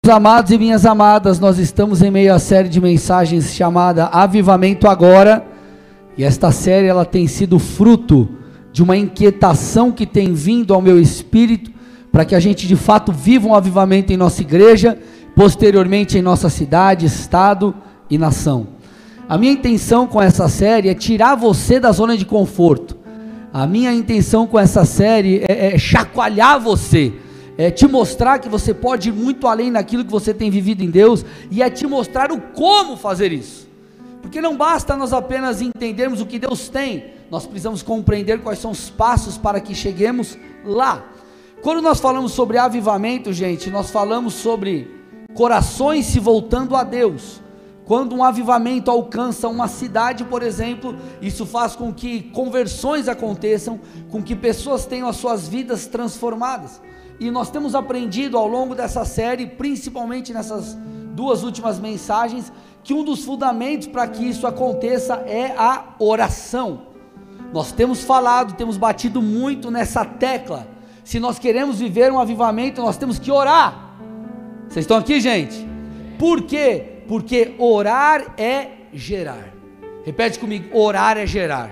Meus amados e minhas amadas, nós estamos em meio à série de mensagens chamada Avivamento Agora, e esta série ela tem sido fruto de uma inquietação que tem vindo ao meu espírito, para que a gente de fato viva um avivamento em nossa igreja, posteriormente em nossa cidade, estado e nação. A minha intenção com essa série é tirar você da zona de conforto. A minha intenção com essa série é chacoalhar você, é te mostrar que você pode ir muito além daquilo que você tem vivido em Deus, e é te mostrar o como fazer isso, porque não basta nós apenas entendermos o que Deus tem, nós precisamos compreender quais são os passos para que cheguemos lá. Quando nós falamos sobre avivamento, gente, nós falamos sobre corações se voltando a Deus. Quando um avivamento alcança uma cidade, por exemplo, isso faz com que conversões aconteçam, com que pessoas tenham as suas vidas transformadas. E nós temos aprendido ao longo dessa série, principalmente nessas duas últimas mensagens, que um dos fundamentos para que isso aconteça é a oração. Nós temos falado, temos batido muito nessa tecla. Se nós queremos viver um avivamento, nós temos que orar. Vocês estão aqui, gente? Por quê? Porque orar é gerar. Repete comigo: orar é gerar.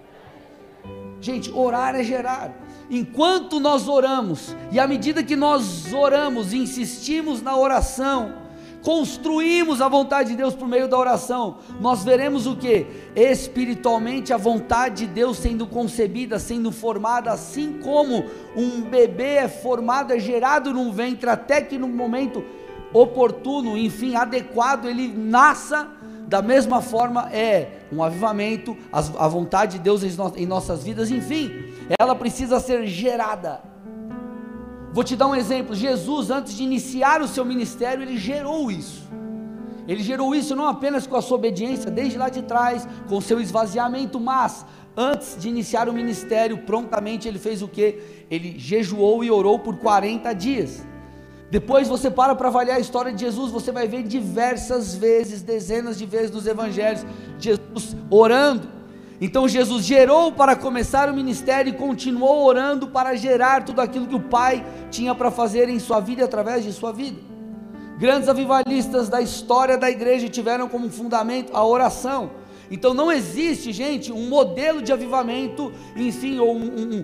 Gente, orar é gerar. Enquanto nós oramos, e à medida que nós oramos, insistimos na oração, construímos a vontade de Deus por meio da oração, nós veremos o que? Espiritualmente a vontade de Deus sendo concebida, sendo formada, assim como um bebê é formado, é gerado num ventre, até que no momento oportuno, enfim, adequado, ele nasça. Da mesma forma é um avivamento, a vontade de Deus em nossas vidas, enfim, ela precisa ser gerada. Vou te dar um exemplo. Jesus, antes de iniciar o seu ministério, ele gerou isso. Ele gerou isso não apenas com a sua obediência, desde lá de trás, com o seu esvaziamento, mas antes de iniciar o ministério, prontamente ele fez o que? Ele jejuou e orou por 40 dias. Depois você para avaliar a história de Jesus, você vai ver diversas vezes, dezenas de vezes nos evangelhos, Jesus orando. Então Jesus gerou para começar o ministério e continuou orando para gerar tudo aquilo que o Pai tinha para fazer em sua vida e através de sua vida. Grandes avivalistas da história da igreja tiveram como fundamento a oração. Então não existe, gente, um modelo de avivamento, enfim, ou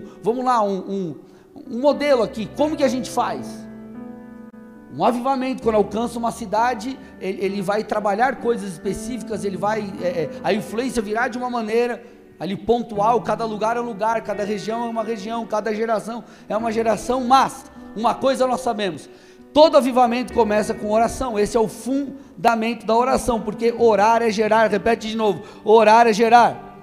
um modelo aqui. Como que a gente faz? Um avivamento, quando alcança uma cidade, ele vai trabalhar coisas específicas, ele vai, a influência virá de uma maneira, ali pontual, cada lugar é um lugar, cada região é uma região, cada geração é uma geração, mas, uma coisa nós sabemos, todo avivamento começa com oração, esse é o fundamento da oração, porque orar é gerar, repete de novo, orar é gerar.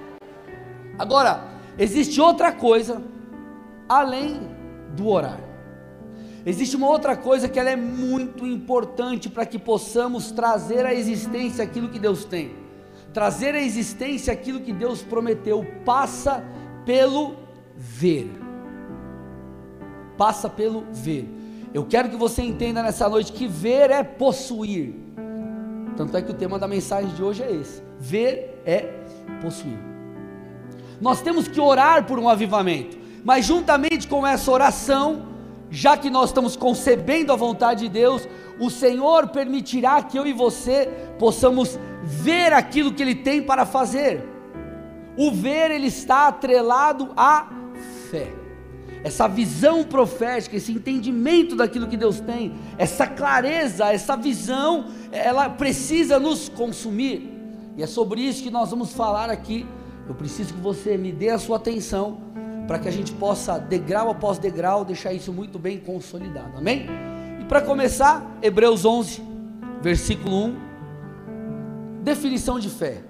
Agora, existe outra coisa, além do orar. Existe uma outra coisa que ela é muito importante para que possamos trazer à existência aquilo que Deus tem, trazer à existência aquilo que Deus prometeu. Passa pelo ver, passa pelo ver. Eu quero que você entenda nessa noite que ver é possuir, tanto é que o tema da mensagem de hoje é esse: ver é possuir. Nós temos que orar por um avivamento, mas juntamente com essa oração, já que nós estamos concebendo a vontade de Deus, o Senhor permitirá que eu e você possamos ver aquilo que Ele tem para fazer. O ver, ele está atrelado à fé. Essa visão profética, esse entendimento daquilo que Deus tem, essa clareza, essa visão, ela precisa nos consumir. E é sobre isso que nós vamos falar aqui. Eu preciso que você me dê a sua atenção, para que a gente possa, degrau após degrau, deixar isso muito bem consolidado, amém? E para começar, Hebreus 11, versículo 1, definição de fé.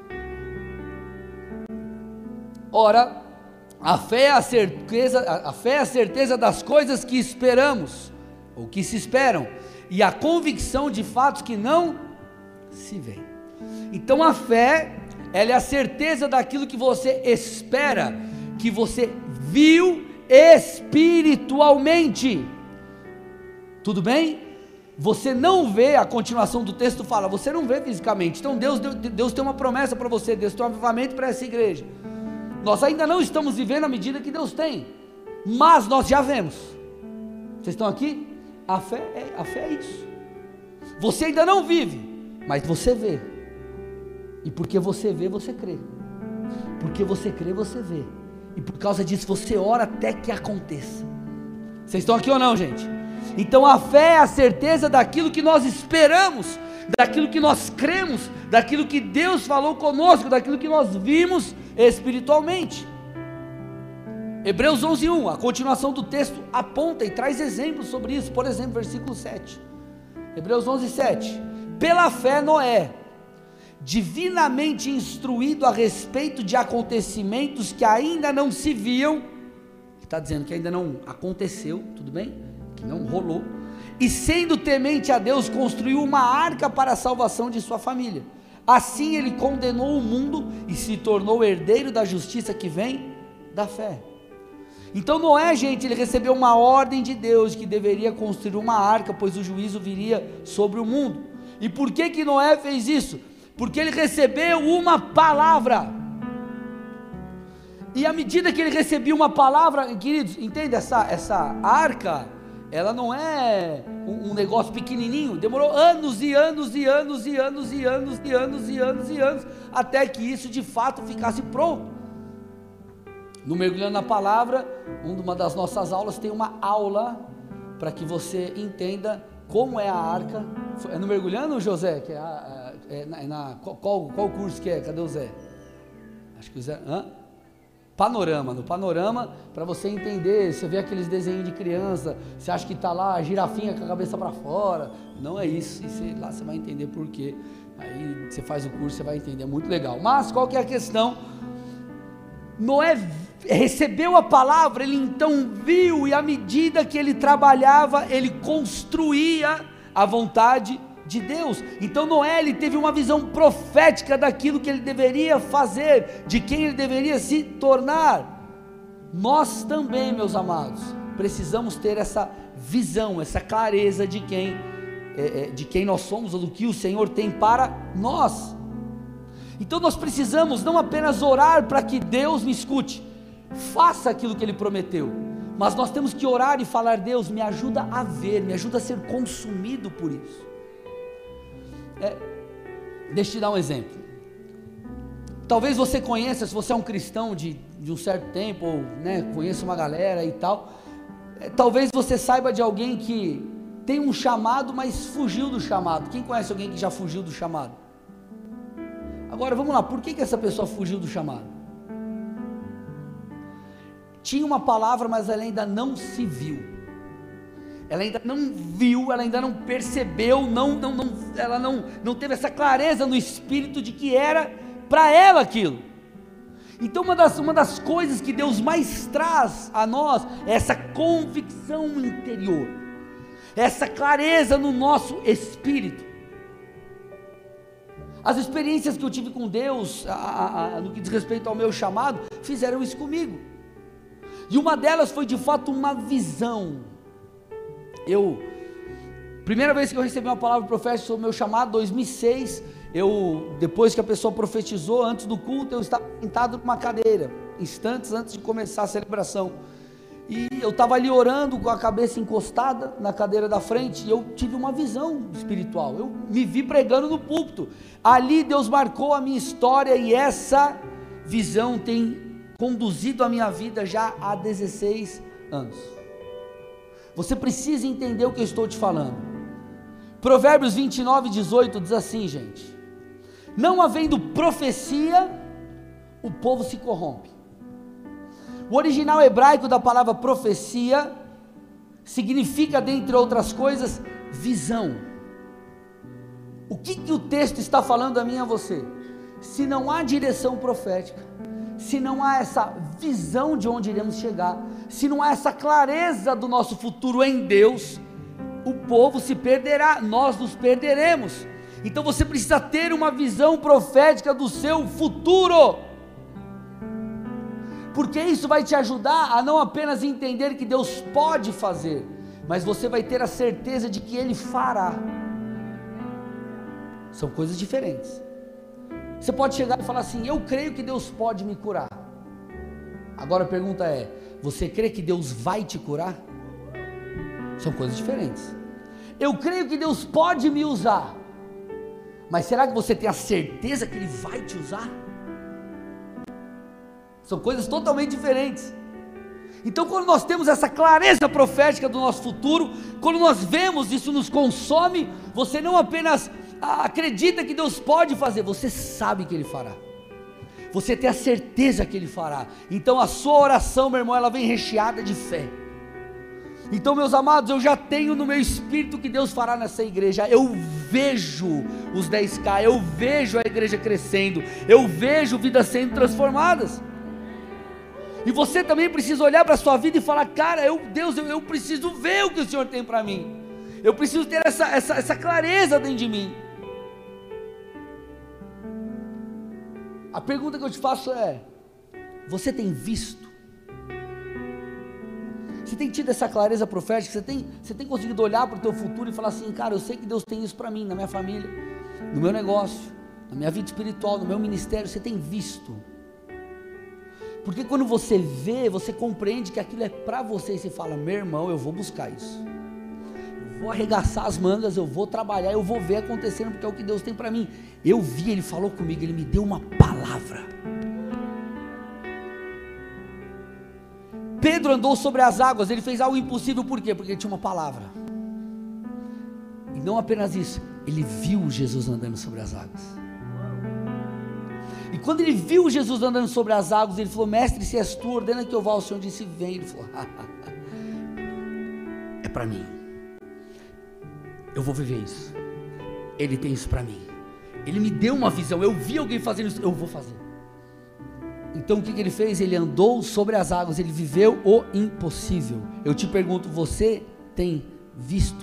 Ora, a fé é a certeza das coisas que esperamos, ou que se esperam, e a convicção de fatos que não se veem. Então a fé, ela é a certeza daquilo que você espera, que você viu espiritualmente. Tudo bem? Você não vê, a continuação do texto fala, você não vê fisicamente. Então Deus tem uma promessa para você, Deus tem um avivamento para essa igreja. Nós ainda não estamos vivendo a medida que Deus tem, mas nós já vemos. Vocês estão aqui? A fé é isso. Você ainda não vive, mas você vê. E porque você vê, você crê. Porque você crê, você vê. E por causa disso você ora até que aconteça. Vocês estão aqui ou não, gente? Então a fé é a certeza daquilo que nós esperamos, daquilo que nós cremos, daquilo que Deus falou conosco, daquilo que nós vimos espiritualmente. Hebreus 11:1, a continuação do texto aponta e traz exemplos sobre isso. Por exemplo, versículo 7, Hebreus 11:7, pela fé Noé, divinamente instruído a respeito de acontecimentos que ainda não se viam, está dizendo que ainda não aconteceu, tudo bem? Que não rolou, e sendo temente a Deus, construiu uma arca para a salvação de sua família. Assim ele condenou o mundo e se tornou herdeiro da justiça que vem da fé. Então Noé, gente, ele recebeu uma ordem de Deus que deveria construir uma arca, pois o juízo viria sobre o mundo. E por que Noé fez isso? Porque ele recebeu uma palavra. E à medida que ele recebia uma palavra, queridos, entende, essa arca, ela não é um negócio pequenininho, demorou anos e anos e anos e anos e anos e anos e anos e anos, até que isso de fato ficasse pronto. No Mergulhando na Palavra, uma das nossas aulas tem uma aula, para que você entenda como é a arca. É no Mergulhando, José? Que qual curso que é? Cadê o Zé? Acho que o Zé... Panorama, no Panorama, para você entender, você vê aqueles desenhos de criança, você acha que está lá a girafinha com a cabeça para fora, não é isso, e lá você vai entender por quê, aí você faz o curso, você vai entender, é muito legal. Mas qual que é a questão? Noé recebeu a palavra, ele então viu, e à medida que ele trabalhava, ele construía a vontade de Deus. Então Noé, ele teve uma visão profética daquilo que ele deveria fazer, de quem ele deveria se tornar. Nós também, meus amados, precisamos ter essa visão, essa clareza de quem nós somos, ou do que o Senhor tem para nós. Então nós precisamos não apenas orar para que Deus me escute, faça aquilo que Ele prometeu, mas nós temos que orar e falar: Deus, me ajuda a ver, me ajuda a ser consumido por isso. Deixa eu te dar um exemplo. Talvez você conheça, se você é um cristão de um certo tempo, ou conheça uma galera e tal, talvez você saiba de alguém que tem um chamado, mas fugiu do chamado. Quem conhece alguém que já fugiu do chamado? Agora vamos lá, por que essa pessoa fugiu do chamado? Tinha uma palavra, mas ela ainda não se viu, ela ainda não viu, ela ainda não percebeu, ela não teve essa clareza no espírito de que era para ela aquilo. Então uma das coisas que Deus mais traz a nós é essa convicção interior, essa clareza no nosso espírito. As experiências que eu tive com Deus, no que diz respeito ao meu chamado, fizeram isso comigo, e uma delas foi de fato uma visão. Primeira vez que eu recebi uma palavra profética sobre o meu chamado, 2006, depois que a pessoa profetizou, antes do culto, eu estava sentado numa cadeira, instantes antes de começar a celebração, e eu estava ali orando com a cabeça encostada na cadeira da frente, e eu tive uma visão espiritual, eu me vi pregando no púlpito. Ali Deus marcou a minha história, e essa visão tem conduzido a minha vida já há 16 anos. Você precisa entender o que eu estou te falando. Provérbios 29:18 diz assim, gente: não havendo profecia, o povo se corrompe. O original hebraico da palavra profecia significa, dentre outras coisas, visão. O que o texto está falando a mim e a você? Se não há direção profética, se não há essa visão de onde iremos chegar, se não há essa clareza do nosso futuro em Deus, o povo se perderá, nós nos perderemos. Então você precisa ter uma visão profética do seu futuro, porque isso vai te ajudar a não apenas entender que Deus pode fazer, mas você vai ter a certeza de que Ele fará. São coisas diferentes. Você pode chegar e falar assim: eu creio que Deus pode me curar. Agora a pergunta é: você crê que Deus vai te curar? São coisas diferentes. Eu creio que Deus pode me usar, mas será que você tem a certeza que Ele vai te usar? São coisas totalmente diferentes. Então, quando nós temos essa clareza profética do nosso futuro, quando nós vemos isso nos consome, você não apenas acredita que Deus pode fazer, você sabe que Ele fará. Você tem a certeza que Ele fará. Então a sua oração, meu irmão, ela vem recheada de fé. Então, meus amados, eu já tenho no meu espírito que Deus fará nessa igreja. Eu vejo os 10K, eu vejo a igreja crescendo, eu vejo vidas sendo transformadas. E você também precisa olhar para a sua vida e falar: cara, Deus, eu preciso ver o que o Senhor tem para mim. Eu preciso ter essa clareza dentro de mim. A pergunta que eu te faço é: você tem visto? Você tem tido essa clareza profética? Você tem conseguido olhar para o teu futuro e falar assim: cara, eu sei que Deus tem isso para mim, na minha família, no meu negócio, na minha vida espiritual, no meu ministério. Você tem visto? Porque quando você vê, você compreende que aquilo é para você e você fala: meu irmão, eu vou buscar isso, eu vou arregaçar as mangas, eu vou trabalhar, eu vou ver acontecendo, porque é o que Deus tem para mim. Eu vi, Ele falou comigo, Ele me deu uma palavra. Pedro andou sobre as águas, ele fez algo impossível, por quê? Porque ele tinha uma palavra. E não apenas isso, ele viu Jesus andando sobre as águas. E quando ele viu Jesus andando sobre as águas, ele falou: mestre, se és tu, ordena que eu vá. O Senhor disse: vem. Ele falou: é para mim, eu vou viver isso, Ele tem isso para mim, Ele me deu uma visão, eu vi alguém fazendo isso, eu vou fazer. Então o que ele fez? Ele andou sobre as águas, ele viveu o impossível. Eu te pergunto, você tem visto?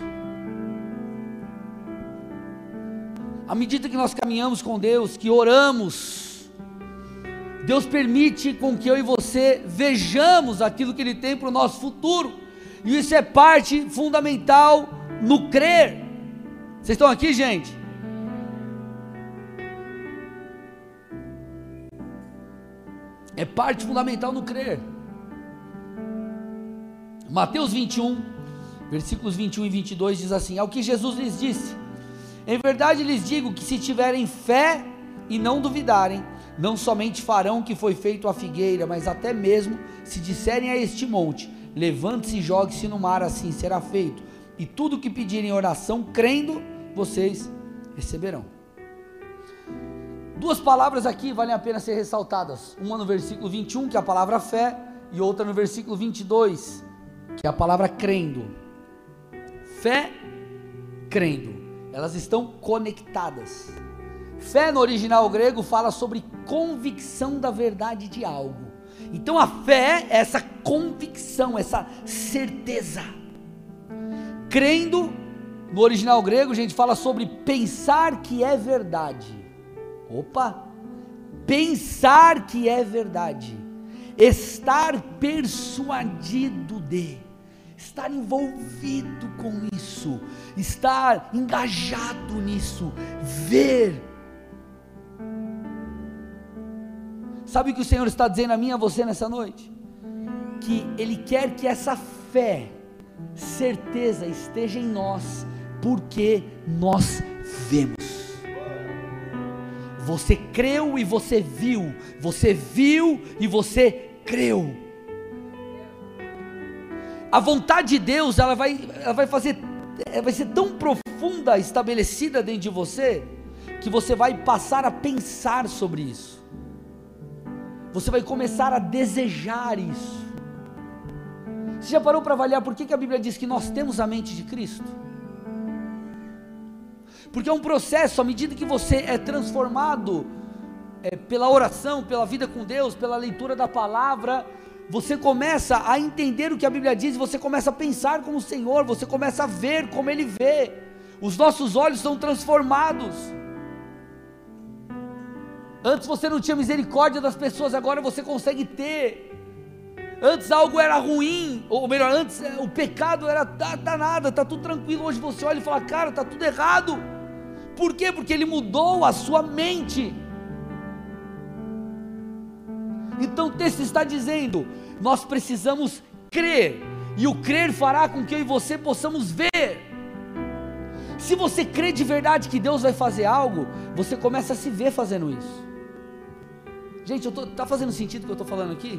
À medida que nós caminhamos com Deus, que oramos, Deus permite com que eu e você vejamos aquilo que Ele tem para o nosso futuro, e isso é parte fundamental no crer. Vocês estão aqui, gente? É parte fundamental no crer. Mateus 21, versículos 21 e 22 diz assim: ao que Jesus lhes disse: em verdade lhes digo que se tiverem fé e não duvidarem, não somente farão o que foi feito à figueira, mas até mesmo se disserem a este monte: levante-se e jogue-se no mar, assim será feito. E tudo o que pedirem em oração, crendo, vocês receberão. Duas palavras aqui valem a pena ser ressaltadas, uma no versículo 21, que é a palavra fé, e outra no versículo 22, que é a palavra crendo. Fé, crendo, elas estão conectadas. Fé no original grego fala sobre convicção da verdade de algo. Então a fé é essa convicção, essa certeza. Crendo, no original grego, gente, fala sobre pensar que é verdade. Opa, pensar que é verdade, estar persuadido de, estar envolvido com isso, estar engajado nisso, ver. Sabe o que o Senhor está dizendo a mim e a você nessa noite? Que Ele quer que essa fé, certeza esteja em nós, porque nós vemos. Você creu e você viu e você creu. A vontade de Deus, ela vai ser tão profunda, estabelecida dentro de você, que você vai passar a pensar sobre isso. Você vai começar a desejar isso. Você já parou para avaliar por que a Bíblia diz que nós temos a mente de Cristo? Porque é um processo, à medida que você é transformado pela oração, pela vida com Deus, pela leitura da palavra, você começa a entender o que a Bíblia diz, você começa a pensar como o Senhor, você começa a ver como Ele vê, os nossos olhos são transformados. Antes você não tinha misericórdia das pessoas, agora você consegue ter. Antes algo era ruim, ou melhor, antes o pecado era nada, está tudo tranquilo. Hoje você olha e fala: cara, está tudo errado. Por quê? Porque Ele mudou a sua mente. Então o texto está dizendo: nós precisamos crer E o crer fará com que eu e você possamos ver. Se você crê de verdade que Deus vai fazer algo, você começa a se ver fazendo isso. Gente, tá fazendo sentido o que eu estou falando aqui?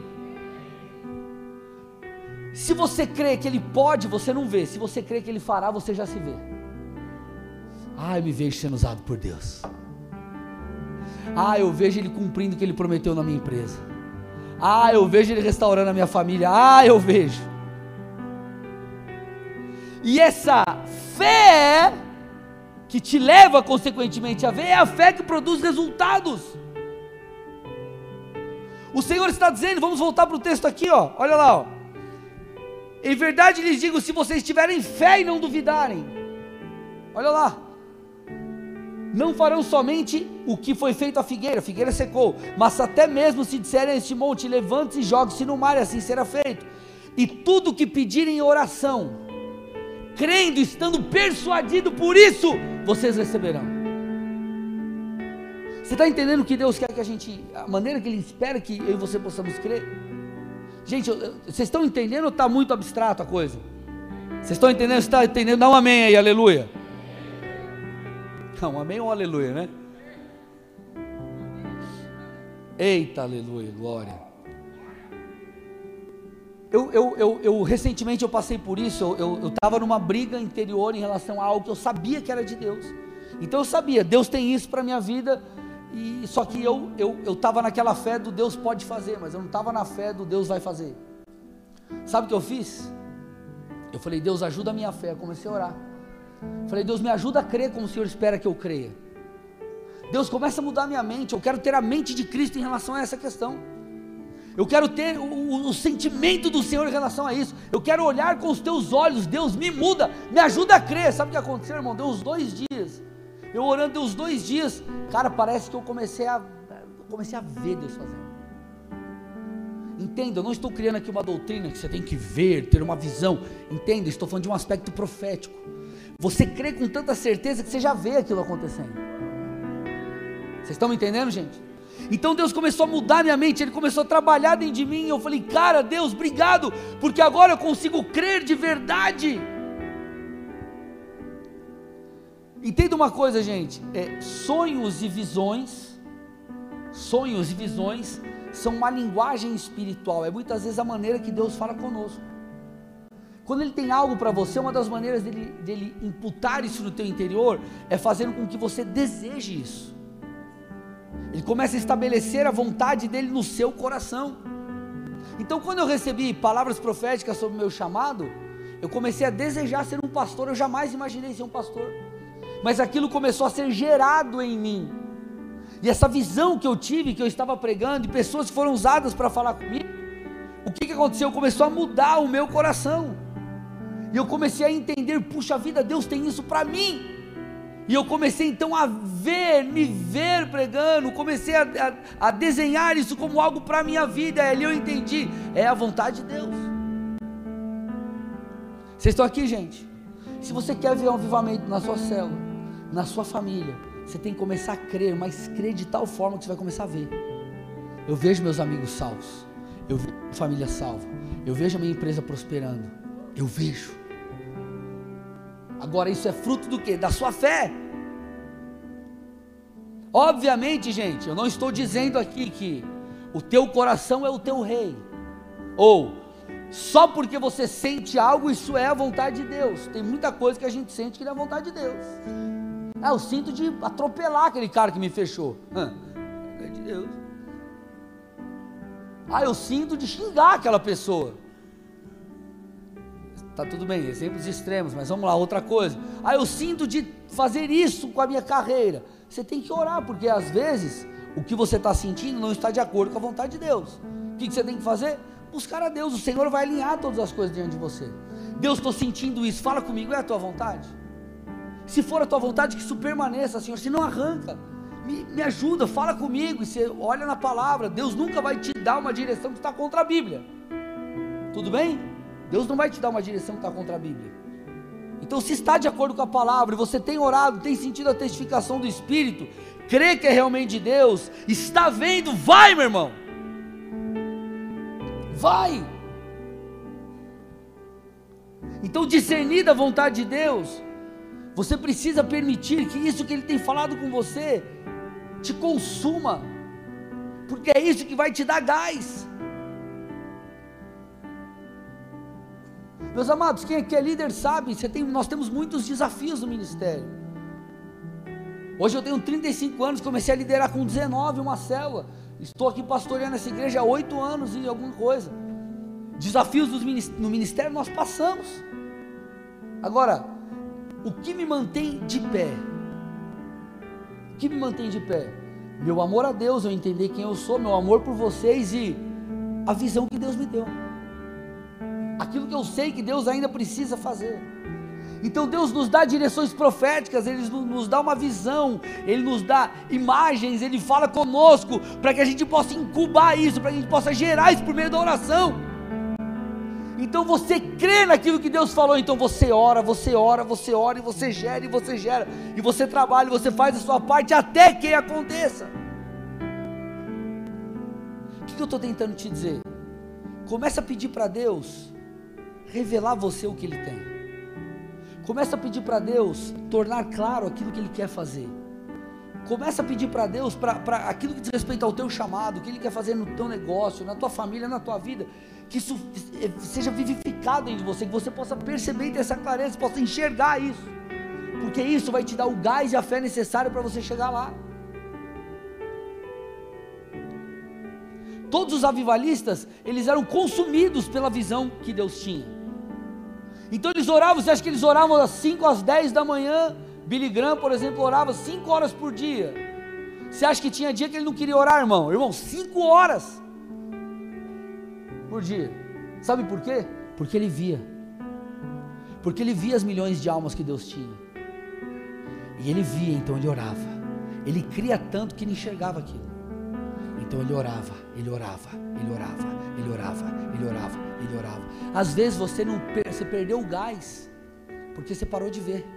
Se você crê que Ele pode, você não vê. Se você crê que Ele fará, você já se vê. Eu me vejo sendo usado por Deus. Eu vejo Ele cumprindo o que Ele prometeu na minha empresa. Eu vejo Ele restaurando a minha família. Eu vejo. E essa fé que te leva consequentemente a ver, é a fé que produz resultados. O Senhor está dizendo, vamos voltar para o texto aqui, olha lá, em verdade lhes digo, se vocês tiverem fé e não duvidarem, olha lá, não farão somente o que foi feito à figueira, a figueira secou, mas até mesmo se disserem a este monte, levante-se e jogue-se no mar, e assim será feito, e tudo o que pedirem em oração, crendo, estando persuadido por isso, vocês receberão. Você está entendendo que Deus quer que a gente, a maneira que Ele espera que eu e você possamos crer? Gente, vocês estão entendendo ou está muito abstrato a coisa? Vocês estão entendendo? Você está entendendo? Dá um amém aí, aleluia. Não, um amém ou um aleluia, né? Eita, aleluia, glória. Eu recentemente eu passei por isso, eu estava numa briga interior em relação a algo que eu sabia que era de Deus. Então eu sabia, Deus tem isso para a minha vida, e só que eu estava naquela fé do Deus pode fazer, mas eu não estava na fé do Deus vai fazer. Sabe o que eu fiz? Eu falei, Deus ajuda a minha fé, eu comecei a orar. Falei, Deus me ajuda a crer como o Senhor espera que eu creia. Deus começa a mudar a minha mente, eu quero ter a mente de Cristo em relação a essa questão. Eu quero ter o sentimento do Senhor em relação a isso. Eu quero olhar com os teus olhos. Deus me muda, me ajuda a crer. Sabe o que aconteceu, irmão? Deu uns 2 dias. Eu orando, deu uns 2 dias. Cara, parece que eu comecei a ver Deus fazendo. Entenda, eu não estou criando aqui uma doutrina que você tem que ver, ter uma visão. Entenda, estou falando de um aspecto profético. Você crê com tanta certeza que você já vê aquilo acontecendo. Vocês estão me entendendo, gente? Então Deus começou a mudar minha mente, Ele começou a trabalhar dentro de mim, eu falei, cara, Deus, obrigado, porque agora eu consigo crer de verdade. Entenda uma coisa, gente, sonhos e visões são uma linguagem espiritual, é muitas vezes a maneira que Deus fala conosco. Quando Ele tem algo para você, uma das maneiras dele imputar isso no teu interior, é fazendo com que você deseje isso. Ele começa a estabelecer a vontade dele no seu coração. Então quando eu recebi palavras proféticas sobre o meu chamado, eu comecei a desejar ser um pastor. Eu jamais imaginei ser um pastor, mas aquilo começou a ser gerado em mim, e essa visão que eu tive, que eu estava pregando, e pessoas que foram usadas para falar comigo, o que aconteceu? Começou a mudar o meu coração, e eu comecei a entender, puxa vida, Deus tem isso para mim. E eu comecei então a me ver pregando, comecei a desenhar isso como algo para a minha vida. Ali eu entendi, é a vontade de Deus. Vocês estão aqui, gente? Se você quer ver um avivamento na sua célula, na sua família, você tem que começar a crer, mas crer de tal forma que você vai começar a ver. Eu vejo meus amigos salvos, eu vejo minha família salva, eu vejo a minha empresa prosperando, eu vejo. Agora isso é fruto do quê? Da sua fé. Obviamente, gente, eu não estou dizendo aqui que o teu coração é o teu rei, ou só porque você sente algo, isso é a vontade de Deus. Tem muita coisa que a gente sente que não é a vontade de Deus. Eu sinto de atropelar aquele cara que me fechou, é de Deus. Eu sinto de xingar aquela pessoa. Tá tudo bem, exemplos extremos, mas vamos lá, outra coisa. Eu sinto de fazer isso com a minha carreira. Você tem que orar, porque às vezes o que você está sentindo não está de acordo com a vontade de Deus. O que você tem que fazer? Buscar a Deus. O Senhor vai alinhar todas as coisas diante de você. Deus, estou sentindo isso, fala comigo, é a tua vontade? Se for a tua vontade, que isso permaneça, Senhor. Se não, arranca, me ajuda, fala comigo. E você olha na palavra. Deus nunca vai te dar uma direção que está contra a Bíblia. Tudo bem? Deus não vai te dar uma direção que está contra a Bíblia. Então, se está de acordo com a palavra, e você tem orado, tem sentido a testificação do Espírito, crê que é realmente de Deus, está vendo, vai, meu irmão, vai. Então, discernir da vontade de Deus, você precisa permitir que isso que Ele tem falado com você te consuma, porque é isso que vai te dar gás. Meus amados, quem aqui é líder sabe, nós temos muitos desafios no ministério. Hoje eu tenho 35 anos, comecei a liderar com 19 uma célula, estou aqui pastoreando essa igreja há 8 anos e alguma coisa. Desafios no ministério nós passamos. Agora, o que me mantém de pé? O que me mantém de pé? Meu amor a Deus, eu entender quem eu sou, meu amor por vocês e a visão que Deus me deu, aquilo que eu sei que Deus ainda precisa fazer. Então Deus nos dá direções proféticas, Ele nos dá uma visão, Ele nos dá imagens, Ele fala conosco, para que a gente possa incubar isso, para que a gente possa gerar isso por meio da oração. Então você crê naquilo que Deus falou, então você ora, e você gera, e você trabalha, e você faz a sua parte até que aconteça. O que eu estou tentando te dizer? Começa a pedir para Deus revelar a você o que Ele tem. Começa a pedir para Deus tornar claro aquilo que Ele quer fazer. Começa a pedir para Deus, para aquilo que diz respeito ao teu chamado, o que Ele quer fazer no teu negócio, na tua família, na tua vida, que isso seja vivificado em você, que você possa perceber e ter essa clareza, possa enxergar isso, porque isso vai te dar o gás e a fé necessária para você chegar lá. Todos os avivalistas, eles eram consumidos pela visão que Deus tinha. Então eles oravam, você acha que eles oravam das 5 às 10 da manhã? Billy Graham, por exemplo, orava 5 horas por dia. Você acha que tinha dia que ele não queria orar, irmão? Irmão, 5 horas por dia. Sabe por quê? Porque ele via as milhões de almas que Deus tinha, e ele via, então ele orava. Ele cria tanto que ele enxergava aquilo. Então ele orava. Às vezes você perdeu o gás, porque você parou de ver.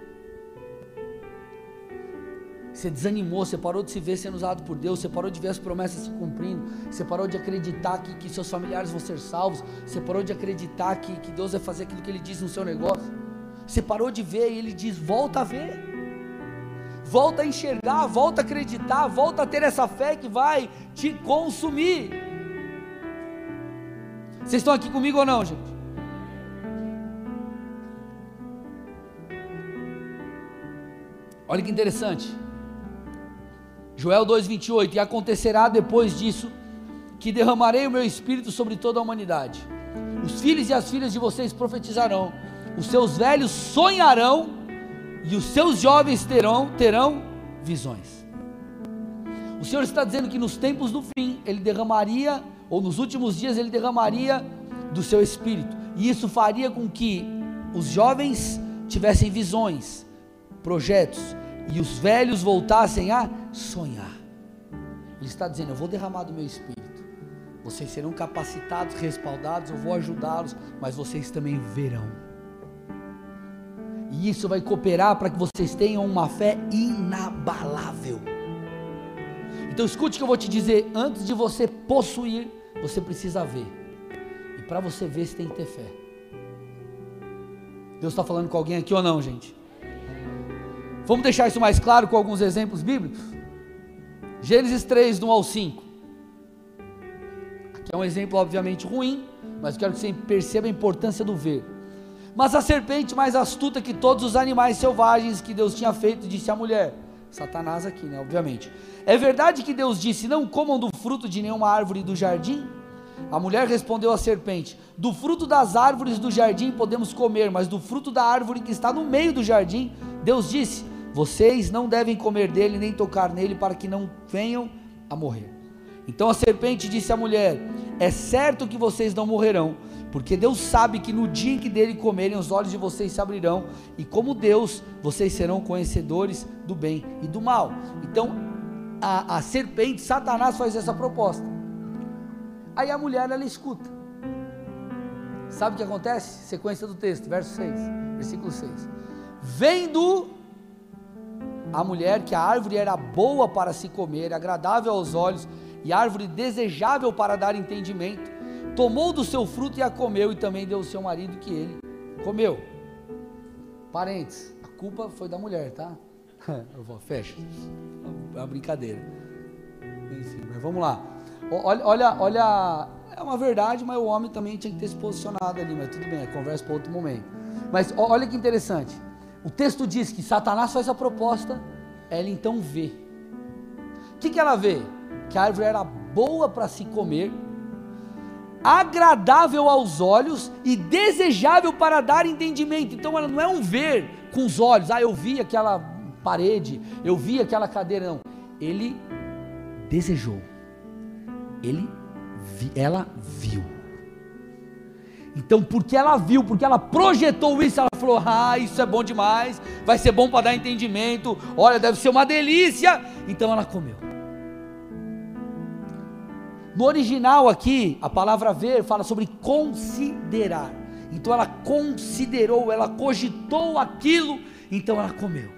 Você desanimou, você parou de se ver sendo usado por Deus, você parou de ver as promessas se cumprindo, você parou de acreditar que seus familiares vão ser salvos, você parou de acreditar que Deus vai fazer aquilo que Ele diz no seu negócio. Você parou de ver, e Ele diz: volta a ver, volta a enxergar, volta a acreditar, volta a ter essa fé que vai te consumir. Vocês estão aqui comigo ou não, gente? Olha que interessante, Joel 2,28: e acontecerá depois disso, que derramarei o meu espírito sobre toda a humanidade. Os filhos e as filhas de vocês profetizarão, os seus velhos sonharão, e os seus jovens terão visões. O Senhor está dizendo que nos tempos do fim, Ele derramaria, ou nos últimos dias Ele derramaria do seu espírito, e isso faria com que os jovens tivessem visões, projetos, e os velhos voltassem a sonhar. Ele está dizendo: eu vou derramar do meu espírito, vocês serão capacitados, respaldados, eu vou ajudá-los, mas vocês também verão, e isso vai cooperar para que vocês tenham uma fé inabalável. Então escute o que eu vou te dizer: antes de você possuir, você precisa ver, e para você ver, você tem que ter fé. Deus está falando com alguém aqui ou não, gente? Vamos deixar isso mais claro com alguns exemplos bíblicos. Gênesis 3, do 1 ao 5. Aqui é um exemplo obviamente ruim, mas quero que você perceba a importância do ver. Mas a serpente, mais astuta que todos os animais selvagens que Deus tinha feito, disse à mulher, Satanás aqui, né, obviamente: é verdade que Deus disse: não comam do fruto de nenhuma árvore do jardim? A mulher respondeu à serpente: do fruto das árvores do jardim podemos comer, mas do fruto da árvore que está no meio do jardim, Deus disse: vocês não devem comer dele, nem tocar nele, para que não venham a morrer. Então a serpente disse à mulher: é certo que vocês não morrerão, porque Deus sabe que no dia em que dele comerem, os olhos de vocês se abrirão, e como Deus, vocês serão conhecedores do bem e do mal. Então a serpente, Satanás, faz essa proposta. Aí a mulher, ela escuta. Sabe o que acontece? Sequência do texto, versículo 6. Vendo a mulher que a árvore era boa para se comer, agradável aos olhos, e árvore desejável para dar entendimento, tomou do seu fruto e a comeu, e também deu ao seu marido, que ele comeu. Parentes, a culpa foi da mulher, tá? Eu vou, fecha. É uma brincadeira. Enfim, mas vamos lá. Olha, é uma verdade, mas o homem também tinha que ter se posicionado ali, mas tudo bem, é conversa para outro momento. Mas olha que interessante. O texto diz que Satanás faz a proposta, ela então vê. O que ela vê? Que a árvore era boa para se comer, agradável aos olhos e desejável para dar entendimento. Então ela não é um ver com os olhos, eu vi aquela parede, eu vi aquela cadeira, não. Ele desejou, ela viu. Então, porque ela viu, porque ela projetou isso, ela falou: isso é bom demais, vai ser bom para dar entendimento, olha, deve ser uma delícia. Então ela comeu. No original aqui, a palavra ver fala sobre considerar. Então ela considerou, ela cogitou aquilo, então ela comeu.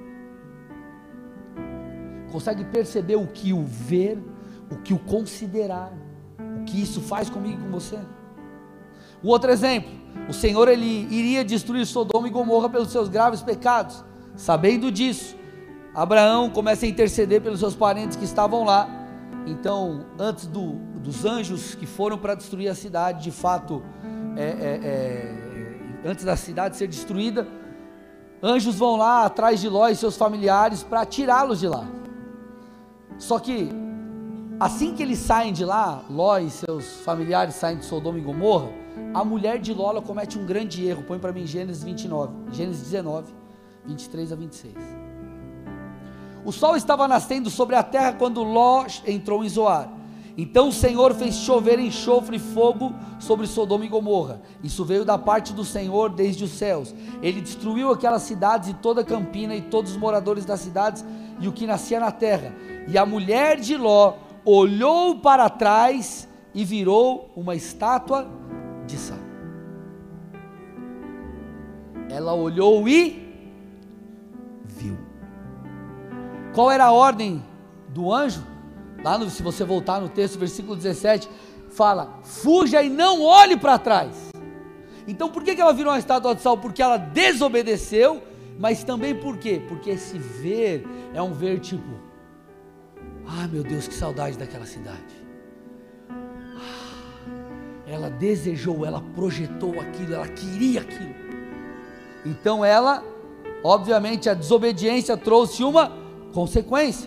Consegue perceber o que o ver, o que o considerar, o que isso faz comigo e com você? Um outro exemplo, o Senhor ele iria destruir Sodoma e Gomorra pelos seus graves pecados. Sabendo disso, Abraão começa a interceder pelos seus parentes que estavam lá. Então, antes dos anjos que foram para destruir a cidade, de fato, antes da cidade ser destruída, anjos vão lá atrás de Ló e seus familiares para tirá-los de lá. Só que, assim que eles saem de lá, Ló e seus familiares saem de Sodoma e Gomorra, a mulher de Ló comete um grande erro. Põe para mim Gênesis 19, 23 a 26. O sol estava nascendo sobre a terra quando Ló entrou em Zoar. Então o Senhor fez chover enxofre e fogo sobre Sodoma e Gomorra. Isso veio da parte do Senhor desde os céus. Ele destruiu aquelas cidades e toda a campina e todos os moradores das cidades e o que nascia na terra. E a mulher de Ló olhou para trás e virou uma estátua de sal. Ela olhou e viu. Qual era a ordem do anjo? Se você voltar no texto, versículo 17, fala: fuja e não olhe para trás. Então por que ela virou uma estátua de sal? Porque ela desobedeceu, mas também por quê? Porque esse ver é um ver tipo: meu Deus, que saudade daquela cidade. Ela desejou, ela projetou aquilo, ela queria aquilo. Então ela, obviamente a desobediência trouxe uma consequência.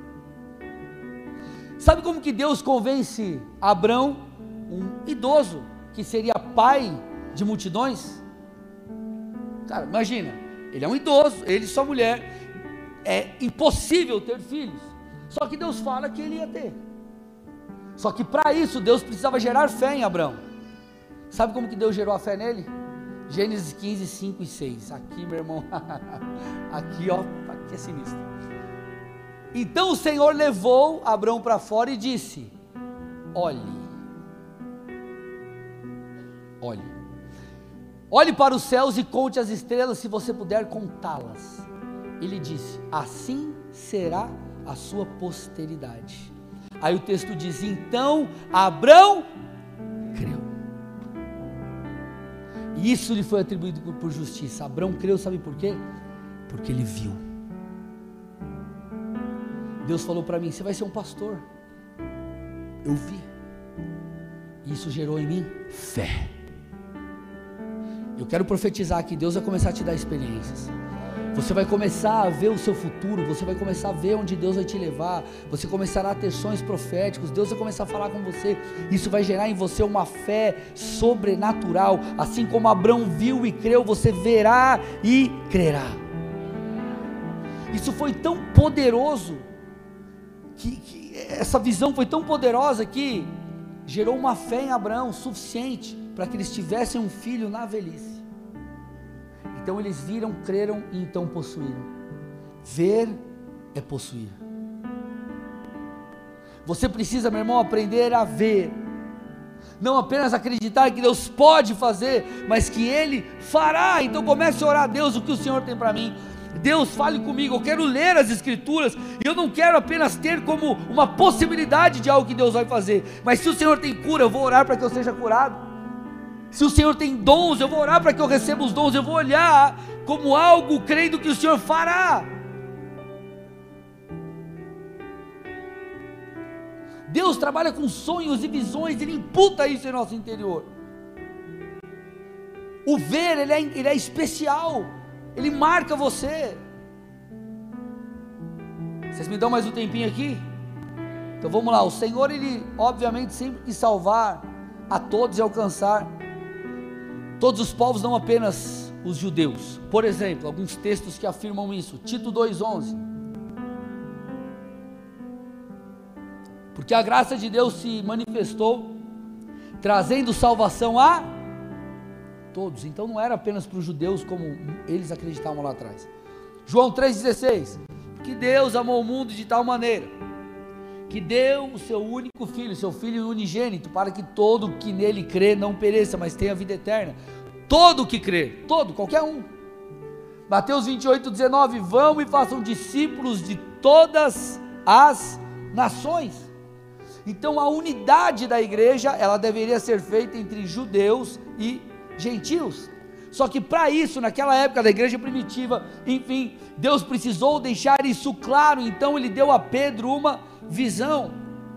Sabe como que Deus convence Abrão, um idoso, que seria pai de multidões? Cara, imagina, ele é um idoso, ele e sua mulher, é impossível ter filhos, só que Deus fala que ele ia ter. Só que para isso Deus precisava gerar fé em Abrão. Sabe como que Deus gerou a fé nele? Gênesis 15, 5 e 6. Aqui, meu irmão, aqui é sinistro. Então o Senhor levou Abrão para fora e disse: olhe para os céus e conte as estrelas, se você puder contá-las. Ele disse: assim será a sua posteridade. Aí o texto diz: então Abrão creu. E isso lhe foi atribuído por justiça. Abrão creu, sabe por quê? Porque ele viu. Deus falou para mim: você vai ser um pastor. Eu vi. Isso gerou em mim fé. Eu quero profetizar que Deus vai começar a te dar experiências. Você vai começar a ver o seu futuro, você vai começar a ver onde Deus vai te levar, você começará a ter sonhos proféticos, Deus vai começar a falar com você, isso vai gerar em você uma fé sobrenatural, assim como Abrão viu e creu, você verá e crerá. Isso foi tão poderoso, que essa visão foi tão poderosa que gerou uma fé em Abraão suficiente para que eles tivessem um filho na velhice. Então eles viram, creram e então possuíram. Ver é possuir. Você precisa, meu irmão, aprender a ver, não apenas acreditar que Deus pode fazer, mas que Ele fará. Então comece a orar a Deus: o que o Senhor tem para mim? Deus, fale comigo, eu quero ler as Escrituras, e eu não quero apenas ter como uma possibilidade de algo que Deus vai fazer, mas se o Senhor tem cura, eu vou orar para que eu seja curado. Se o Senhor tem dons, eu vou orar para que eu receba os dons. Eu vou olhar como algo crendo que o Senhor fará. Deus trabalha com sonhos e visões, Ele imputa isso em nosso interior. O ver, ele é especial, Ele marca você. Vocês me dão mais um tempinho aqui? Então vamos lá. O Senhor, Ele obviamente sempre quis salvar a todos e alcançar todos os povos, não apenas os judeus. Por exemplo, alguns textos que afirmam isso. Tito 2:11. Porque a graça de Deus se manifestou, trazendo salvação a todos. Então não era apenas para os judeus, como eles acreditavam lá atrás. João 3,16. Que Deus amou o mundo de tal maneira, que deu o seu único filho, seu filho unigênito, para que todo que nele crê não pereça, mas tenha vida eterna. Todo que crê, todo, qualquer um. Mateus 28:19. Vão e façam discípulos de todas as nações. Então a unidade da igreja, ela deveria ser feita entre judeus e gentios. Só que para isso, naquela época da igreja primitiva, enfim, Deus precisou deixar isso claro. Então Ele deu a Pedro uma visão.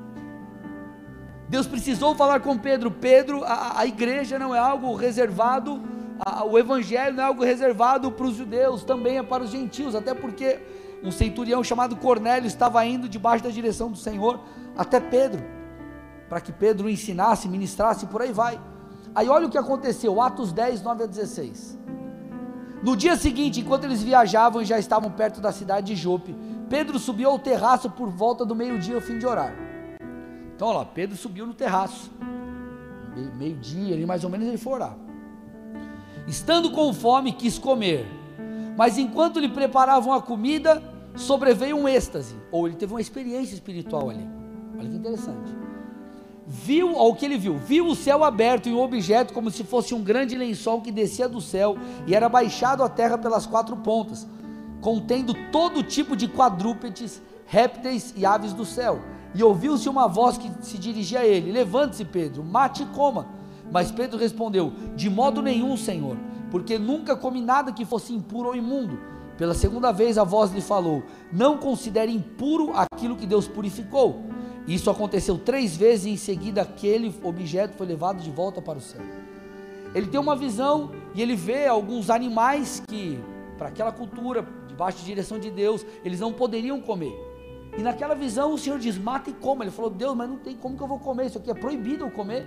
Deus precisou falar com Pedro. Pedro, a igreja não é algo reservado, o evangelho não é algo reservado para os judeus, também é para os gentios, até porque um centurião chamado Cornélio estava indo debaixo da direção do Senhor até Pedro, para que Pedro o ensinasse, ministrasse, por aí vai. Aí olha o que aconteceu, Atos 10:9-16. No dia seguinte, enquanto eles viajavam e já estavam perto da cidade de Jope, Pedro subiu ao terraço por volta do meio-dia, ao fim de orar. Então olha lá, Pedro subiu no terraço, meio-dia, ali mais ou menos, ele foi orar. Estando com fome, quis comer, mas enquanto lhe preparavam a comida, sobreveio um êxtase, ou ele teve uma experiência espiritual ali. Olha que interessante. Viu o céu aberto e um objeto como se fosse um grande lençol que descia do céu e era baixado à terra pelas quatro pontas, contendo todo tipo de quadrúpedes, répteis e aves do céu. E ouviu-se uma voz que se dirigia a ele: levante-se, Pedro, mate e coma. Mas Pedro respondeu: de modo nenhum, Senhor, porque nunca comi nada que fosse impuro ou imundo. Pela segunda vez a voz lhe falou: não considere impuro aquilo que Deus purificou. Isso aconteceu 3 vezes e em seguida aquele objeto foi levado de volta para o céu. Ele tem uma visão e ele vê alguns animais que, para aquela cultura, debaixo de direção de Deus, eles não poderiam comer. E naquela visão o Senhor diz: mata e coma. Ele falou: Deus, mas não tem como que eu vou comer, isso aqui é proibido eu comer.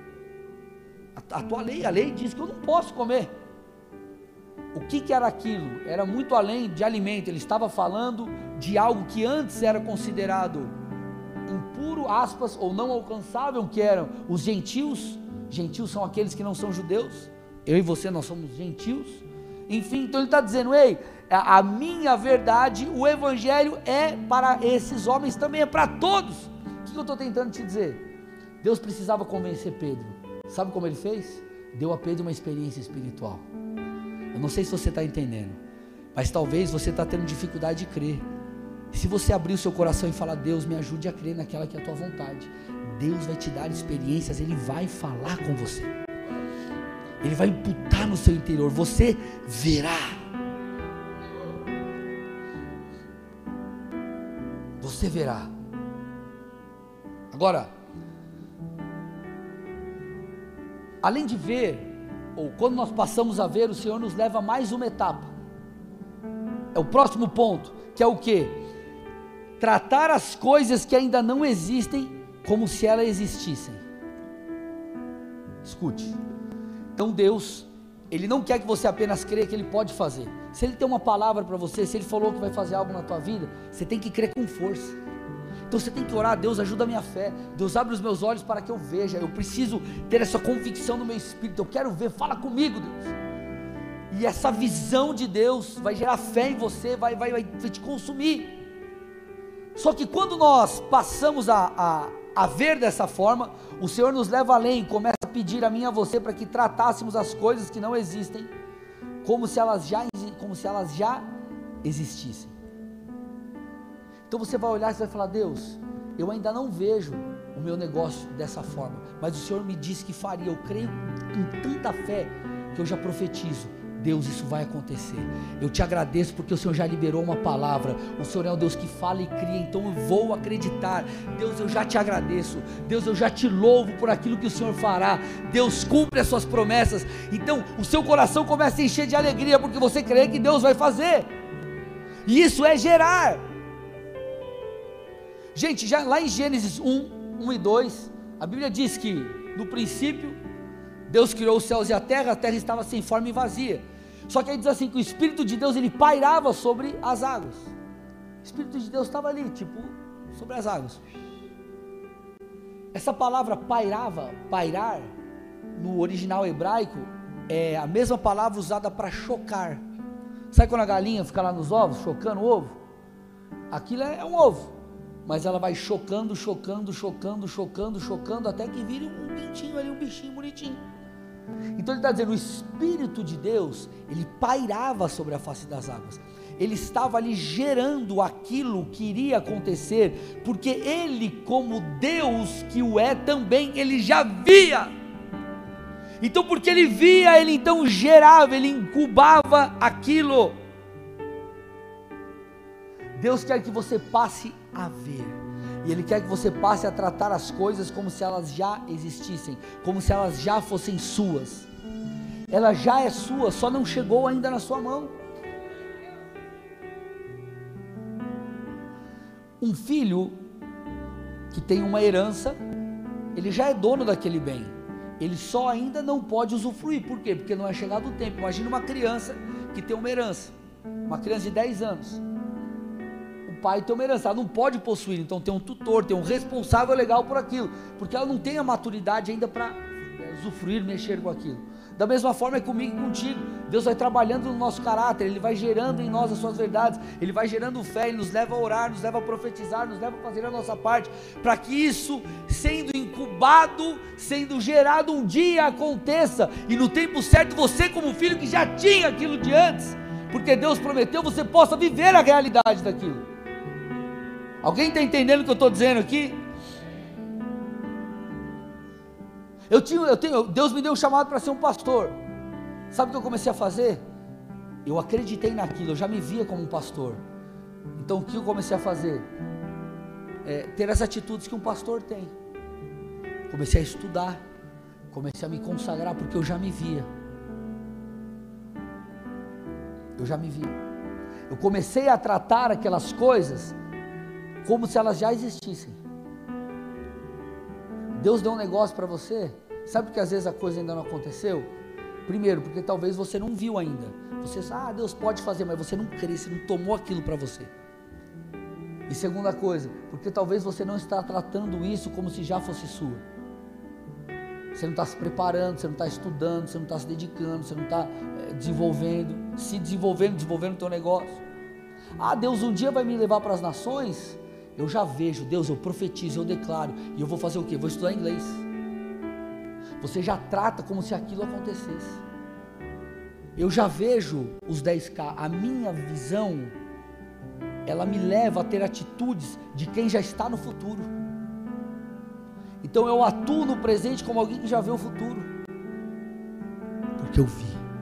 A tua lei, a lei diz que eu não posso comer. O que era aquilo? Era muito além de alimento. Ele estava falando de algo que antes era considerado impuro, aspas, ou não alcançável, que eram os gentios. Gentios são aqueles que não são judeus. Eu e você, nós somos gentios. Enfim, então ele está dizendo: ei, a minha verdade, o evangelho é para esses homens também, é para todos. O que eu estou tentando te dizer? Deus precisava convencer Pedro. Sabe como ele fez? Deu a Pedro uma experiência espiritual. Eu não sei se você está entendendo, mas talvez você está tendo dificuldade de crer. Se você abrir o seu coração e falar: Deus, me ajude a crer naquela que é a tua vontade, Deus vai te dar experiências, Ele vai falar com você, Ele vai imputar no seu interior, você verá. Você verá. Agora, além de ver, ou quando nós passamos a ver, o Senhor nos leva a mais uma etapa. É o próximo ponto, que é o quê? Tratar as coisas que ainda não existem como se elas existissem. Escute. Então Deus, Ele não quer que você apenas creia que Ele pode fazer. Se Ele tem uma palavra para você, se Ele falou que vai fazer algo na tua vida, você tem que crer com força. Então você tem que orar: Deus, ajuda a minha fé, Deus, abre os meus olhos para que eu veja, eu preciso ter essa convicção no meu espírito, eu quero ver, fala comigo, Deus. E essa visão de Deus vai gerar fé em você, vai te consumir. Só que quando nós passamos a ver dessa forma, o Senhor nos leva além, começa a pedir a mim e a você para que tratássemos as coisas que não existem como se elas já existissem. Então você vai olhar e vai falar: Deus, eu ainda não vejo o meu negócio dessa forma, mas o Senhor me disse que faria. Eu creio com tanta fé que eu já profetizo: Deus, isso vai acontecer. Eu te agradeço porque o Senhor já liberou uma palavra. O Senhor é um Deus que fala e cria, então eu vou acreditar. Deus, eu já te agradeço. Deus, eu já te louvo por aquilo que o Senhor fará. Deus, cumpre as suas promessas. Então o seu coração começa a encher de alegria porque você crê que Deus vai fazer. E isso é gerar. Gente, já lá em Gênesis 1 e 2, a Bíblia diz que no princípio Deus criou os céus e a terra estava sem forma e vazia. Só que aí diz assim, que o Espírito de Deus, ele pairava sobre as águas. O Espírito de Deus estava ali, tipo, sobre as águas. Essa palavra pairar, no original hebraico, é a mesma palavra usada para chocar. Sabe quando a galinha fica lá nos ovos, chocando o ovo? Aquilo é um ovo, mas ela vai chocando, até que vire um pintinho ali, um bichinho bonitinho. Então ele está dizendo, o Espírito de Deus, ele pairava sobre a face das águas, ele estava ali gerando aquilo que iria acontecer, porque ele, como Deus que o é também, ele já via. Então porque ele via, ele então gerava, ele incubava aquilo. Deus quer que você passe a ver, e Ele quer que você passe a tratar as coisas como se elas já existissem, como se elas já fossem suas. Ela já é sua, só não chegou ainda na sua mão. Um filho que tem uma herança, ele já é dono daquele bem, ele só ainda não pode usufruir. Por quê? Porque não é chegado o tempo. Imagina uma criança que tem uma herança, uma criança de 10 anos, pai tem uma herança, ela não pode possuir, então tem um tutor, tem um responsável legal por aquilo, porque ela não tem a maturidade ainda para usufruir, mexer com aquilo. Da mesma forma é comigo e contigo. Deus vai trabalhando no nosso caráter, Ele vai gerando em nós as suas verdades, Ele vai gerando fé, Ele nos leva a orar, nos leva a profetizar, nos leva a fazer a nossa parte, para que isso, sendo incubado, sendo gerado, um dia aconteça, e no tempo certo, você como filho que já tinha aquilo de antes, porque Deus prometeu, você possa viver a realidade daquilo. Alguém está entendendo o que eu estou dizendo aqui? Deus me deu um chamado para ser um pastor. Sabe o que eu comecei a fazer? Eu acreditei naquilo, eu já me via como um pastor. Então o que eu comecei a fazer? Ter as atitudes que um pastor tem. Comecei a estudar, comecei a me consagrar, porque eu já me via. Eu comecei a tratar aquelas coisas como se elas já existissem. Deus deu um negócio para você, sabe por que às vezes a coisa ainda não aconteceu? Primeiro, porque talvez você não viu ainda. Você sabe, Deus pode fazer, mas você não crê, você não tomou aquilo para você. E segunda coisa, porque talvez você não está tratando isso como se já fosse sua. Você não está se preparando, você não está estudando, você não está se dedicando, você não está desenvolvendo o teu negócio. Deus um dia vai me levar para as nações. Eu já vejo, Deus, eu profetizo, eu declaro, e eu vou fazer o quê? Vou estudar inglês. Você já trata como se aquilo acontecesse. Eu já vejo os 10K, a minha visão, ela me leva a ter atitudes de quem já está no futuro. Então eu atuo no presente como alguém que já vê o futuro, porque eu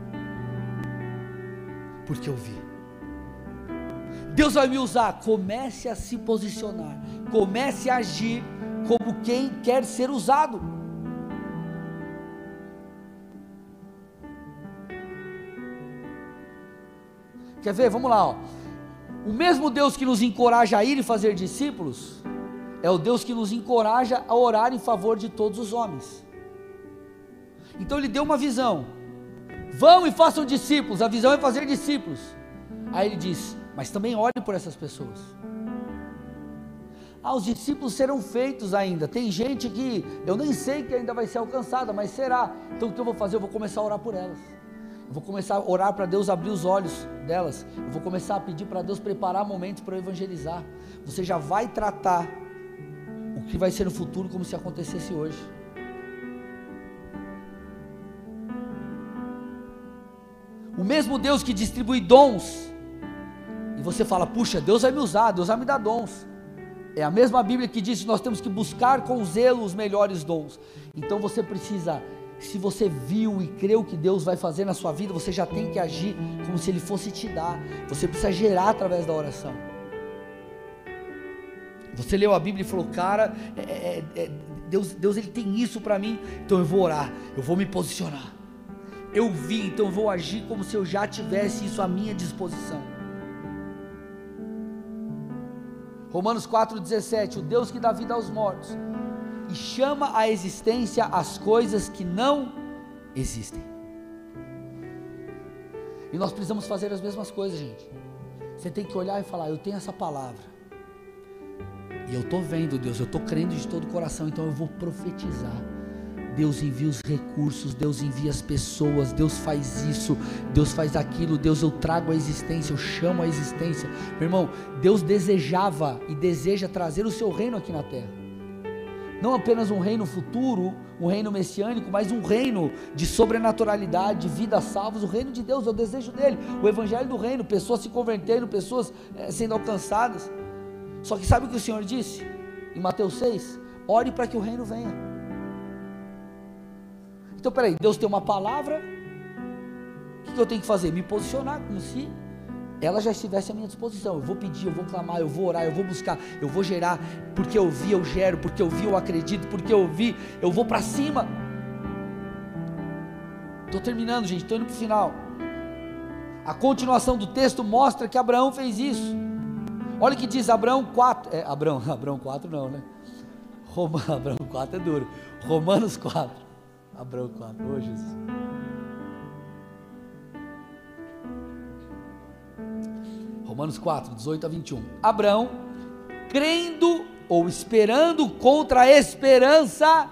vi. Deus vai me usar. Comece a se posicionar, comece a agir como quem quer ser usado. Quer ver? Vamos lá, ó. O mesmo Deus que nos encoraja a ir e fazer discípulos, é o Deus que nos encoraja a orar em favor de todos os homens. Então Ele deu uma visão: vão e façam discípulos. A visão é fazer discípulos. Aí Ele diz: mas também ore por essas pessoas. Os discípulos serão feitos ainda. Tem gente que eu nem sei que ainda vai ser alcançada, mas será. Então o que eu vou fazer? Eu vou começar a orar por elas. Eu vou começar a orar para Deus abrir os olhos delas. Eu vou começar a pedir para Deus preparar momentos para eu evangelizar. Você já vai tratar o que vai ser no futuro como se acontecesse hoje. O mesmo Deus que distribui dons, e você fala: puxa, Deus vai me usar, Deus vai me dar dons. É a mesma Bíblia que diz que nós temos que buscar com zelo os melhores dons. Então você precisa Se você viu e creu que Deus vai fazer na sua vida, você já tem que agir como se Ele fosse te dar. Você precisa gerar através da oração. Você leu a Bíblia e falou, cara, Deus Ele tem isso para mim, então eu vou orar, eu vou me posicionar. Eu vi, então eu vou agir como se eu já tivesse isso à minha disposição. Romanos 4,17, o Deus que dá vida aos mortos e chama à existência as coisas que não existem. E nós precisamos fazer as mesmas coisas, gente. Você tem que olhar e falar, eu tenho essa palavra, e eu estou vendo Deus, eu estou crendo de todo o coração, então eu vou profetizar. Deus envia os recursos, Deus envia as pessoas, Deus faz isso, Deus faz aquilo, Deus, eu trago a existência, eu chamo a existência. Meu irmão, Deus desejava e deseja trazer o seu reino aqui na terra. Não apenas um reino futuro, um reino messiânico, mas um reino de sobrenaturalidade, de vidas salvas. O reino de Deus é o desejo dele, o evangelho do reino, pessoas se convertendo, pessoas sendo alcançadas. Só que sabe o que o Senhor disse em Mateus 6? Ore para que o reino venha. Então peraí, Deus tem uma palavra, o que eu tenho que fazer? Me posicionar como se ela já estivesse à minha disposição. Eu vou pedir, eu vou clamar, eu vou orar, eu vou buscar, eu vou gerar, porque eu vi, eu gero, porque eu vi, eu acredito, porque eu vi, eu vou para cima. Estou terminando, gente, estou indo para o final. A continuação do texto mostra que Abraão fez isso. Olha o que diz Abraão 4, Abraão 4 não, né? Abraão 4 é duro, Romanos 4. Abraão 4, oh Jesus. Romanos 4, 18 a 21. Abraão, crendo ou esperando contra a esperança,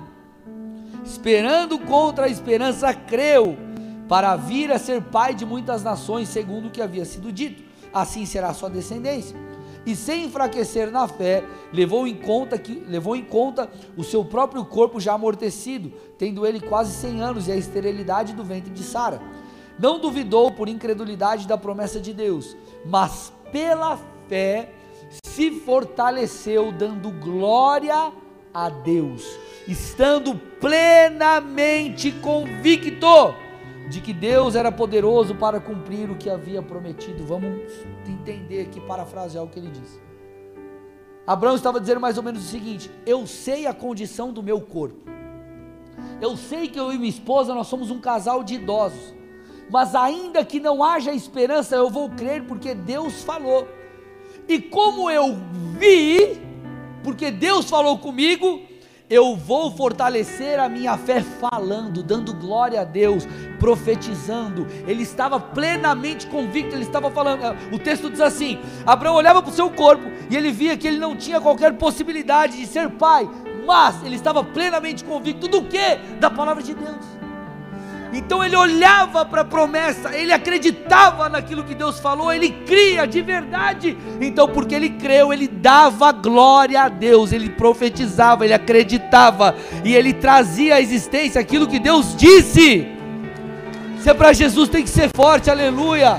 creu, para vir a ser pai de muitas nações, segundo o que havia sido dito, assim será a sua descendência. E sem enfraquecer na fé, levou em conta o seu próprio corpo já amortecido, tendo ele quase 100 anos e a esterilidade do ventre de Sara. Não duvidou por incredulidade da promessa de Deus, mas pela fé se fortaleceu, dando glória a Deus, estando plenamente convicto de que Deus era poderoso para cumprir o que havia prometido. Vamos entender aqui, parafrasear o que ele disse. Abraão estava dizendo mais ou menos o seguinte: eu sei a condição do meu corpo, eu sei que eu e minha esposa, nós somos um casal de idosos, mas ainda que não haja esperança, eu vou crer porque Deus falou, e como eu vi, porque Deus falou comigo, eu vou fortalecer a minha fé falando, dando glória a Deus, profetizando. Ele estava plenamente convicto, ele estava falando. O texto diz assim: Abraão olhava para o seu corpo e ele via que ele não tinha qualquer possibilidade de ser pai, mas ele estava plenamente convicto do quê? Da palavra de Deus. Então ele olhava para a promessa, ele acreditava naquilo que Deus falou, ele cria de verdade. Então, porque ele creu, ele dava glória a Deus, ele profetizava, ele acreditava e ele trazia à existência aquilo que Deus disse. Se é para Jesus, tem que ser forte, aleluia.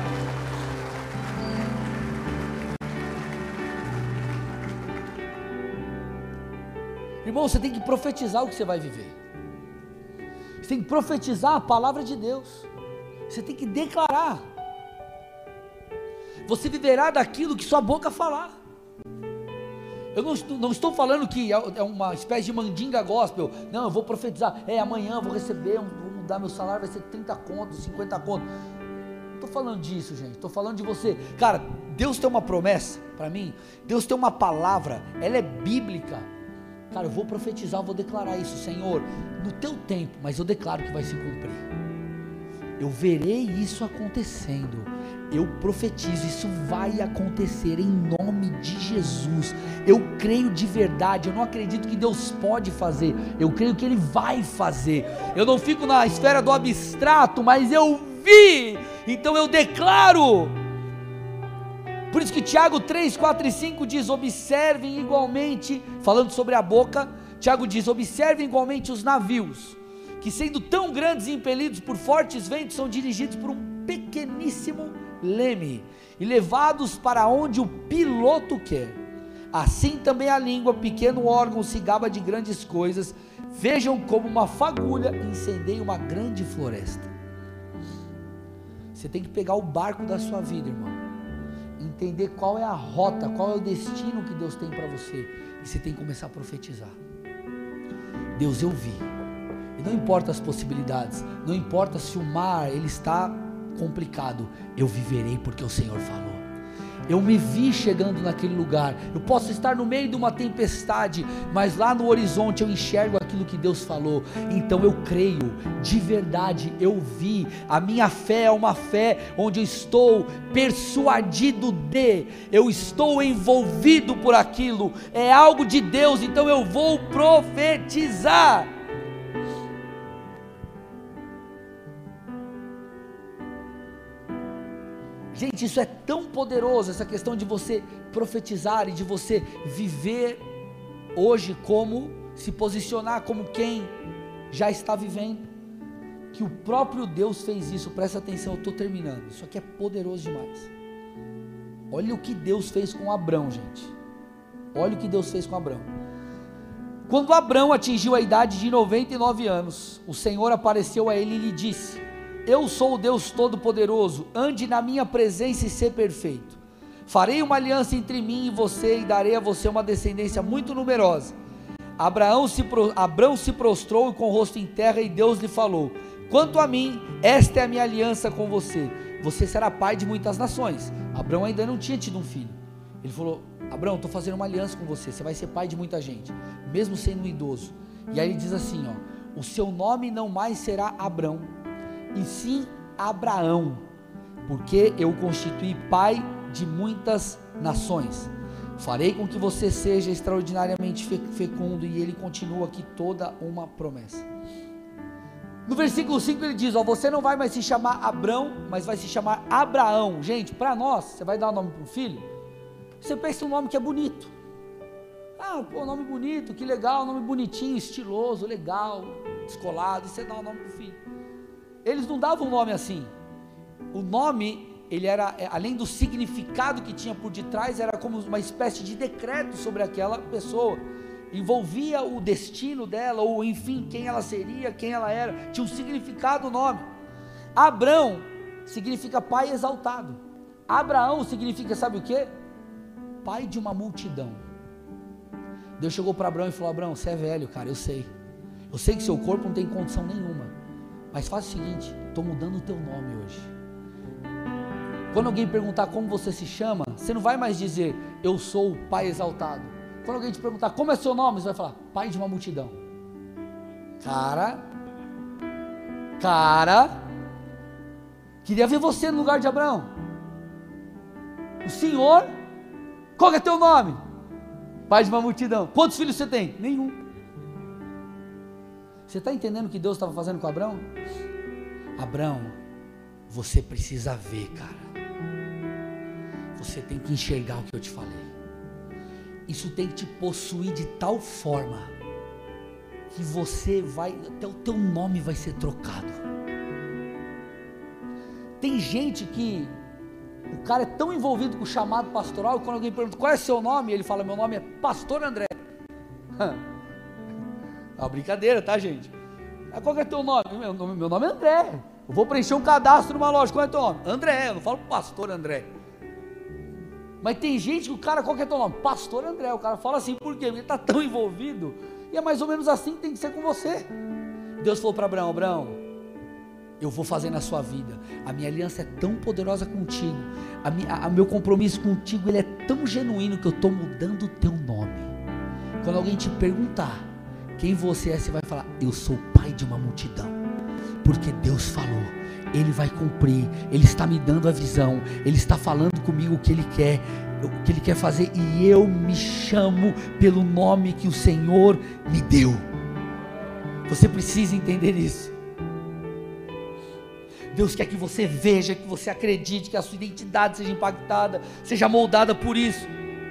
Irmão, você tem que profetizar o que você vai viver. Você tem que profetizar a palavra de Deus. Você tem que declarar. Você viverá daquilo que sua boca falar. Eu não estou falando que é uma espécie de mandinga gospel. Não, eu vou profetizar. Amanhã eu vou receber, vou mudar meu salário, vai ser 30 contos, 50 contos. Não estou falando disso, gente. Estou falando de você. Cara, Deus tem uma promessa para mim. Deus tem uma palavra. Ela é bíblica. Cara, eu vou profetizar, eu vou declarar isso, Senhor, no teu tempo, mas eu declaro que vai se cumprir. Eu verei isso acontecendo. Eu profetizo, isso vai acontecer em nome de Jesus. Eu creio de verdade. Eu não acredito que Deus pode fazer, eu creio que Ele vai fazer. Eu não fico na esfera do abstrato, mas eu vi, então eu declaro. Por isso que Tiago 3, 4 e 5 diz: observem igualmente, falando sobre a boca, Tiago diz: observem igualmente os navios, que sendo tão grandes e impelidos por fortes ventos, são dirigidos por um pequeníssimo leme, e levados para onde o piloto quer. Assim também a língua, pequeno órgão, se gaba de grandes coisas, Vejam como uma fagulha incendeia uma grande floresta. Você tem que pegar o barco da sua vida, irmão, entender qual é a rota, qual é o destino que Deus tem para você, e você tem que começar a profetizar. Deus, eu vi, e não importa as possibilidades, não importa se o mar ele está complicado, eu viverei porque o Senhor falou. Eu me vi chegando naquele lugar, eu posso estar no meio de uma tempestade, mas lá no horizonte eu enxergo aquilo que Deus falou, então eu creio, de verdade, eu vi. A minha fé é uma fé onde eu estou persuadido eu estou envolvido por aquilo, é algo de Deus, então eu vou profetizar. Gente, isso é tão poderoso, essa questão de você profetizar e de você viver hoje como, se posicionar como quem já está vivendo, que o próprio Deus fez isso. Presta atenção, eu estou terminando, isso aqui é poderoso demais. Olha o que Deus fez com Abrão, gente, olha o que Deus fez com Abrão. Quando Abrão atingiu a idade de 99 anos, o Senhor apareceu a ele e lhe disse: eu sou o Deus Todo-Poderoso, ande na minha presença e ser perfeito. Farei uma aliança entre mim e você, e darei a você uma descendência muito numerosa. Abrão se prostrou com o rosto em terra, e Deus lhe falou: quanto a mim, esta é a minha aliança com você, você será pai de muitas nações. Abrão ainda não tinha tido um filho. Ele falou: Abrão, estou fazendo uma aliança com você, você vai ser pai de muita gente, mesmo sendo um idoso. E aí ele diz assim, o seu nome não mais será Abrão, e sim Abraão, porque eu o constituí pai de muitas nações. Farei com que você seja extraordinariamente fecundo. E ele continua aqui toda uma promessa. No versículo 5 ele diz, você não vai mais se chamar Abrão, mas vai se chamar Abraão. Gente, para nós, você vai dar o nome para um filho, você pensa um nome que é bonito. Nome bonito, que legal, nome bonitinho, estiloso, legal, descolado, e você dá o nome para o filho. Eles não davam um nome assim. O nome, ele era, além do significado que tinha por detrás, era como uma espécie de decreto sobre aquela pessoa, envolvia o destino dela, ou enfim, quem ela seria, quem ela era, tinha um significado o nome. Abrão significa pai exaltado. Abraão significa, sabe o que? Pai de uma multidão. Deus chegou para Abrão e falou: Abrão, você é velho, cara, eu sei que seu corpo não tem condição nenhuma, mas faz o seguinte, estou mudando o teu nome hoje. Quando alguém perguntar como você se chama, você não vai mais dizer, eu sou o pai exaltado. Quando alguém te perguntar, como é seu nome? Você vai falar, pai de uma multidão. Cara, queria ver você no lugar de Abraão. O Senhor, qual que é teu nome? Pai de uma multidão. Quantos filhos você tem? Nenhum. Você está entendendo o que Deus estava fazendo com Abraão? Abraão, você precisa ver, cara. Você tem que enxergar o que eu te falei. Isso tem que te possuir de tal forma que você vai, até o teu nome vai ser trocado. Tem gente que o cara é tão envolvido com o chamado pastoral, quando alguém pergunta qual é seu nome, ele fala, meu nome é Pastor André. É uma brincadeira, tá, gente? Qual que é teu nome? Meu nome é André. Eu vou preencher um cadastro numa loja. Qual é teu nome? André. Eu não falo Pastor André. Mas tem gente que o cara, qual que é teu nome? Pastor André. O cara fala assim, por quê? Porque ele está tão envolvido. E é mais ou menos assim que tem que ser com você. Deus falou para Abraão, Abraão, eu vou fazer na sua vida. A minha aliança é tão poderosa contigo. Meu compromisso contigo, ele é tão genuíno que eu estou mudando o teu nome. Quando alguém te perguntar quem você é, você vai falar, eu sou pai de uma multidão, porque Deus falou, Ele vai cumprir, Ele está me dando a visão, Ele está falando comigo o que Ele quer fazer, e eu me chamo pelo nome que o Senhor me deu. Você precisa entender isso. Deus quer que você veja, que você acredite, que a sua identidade seja impactada, seja moldada por isso.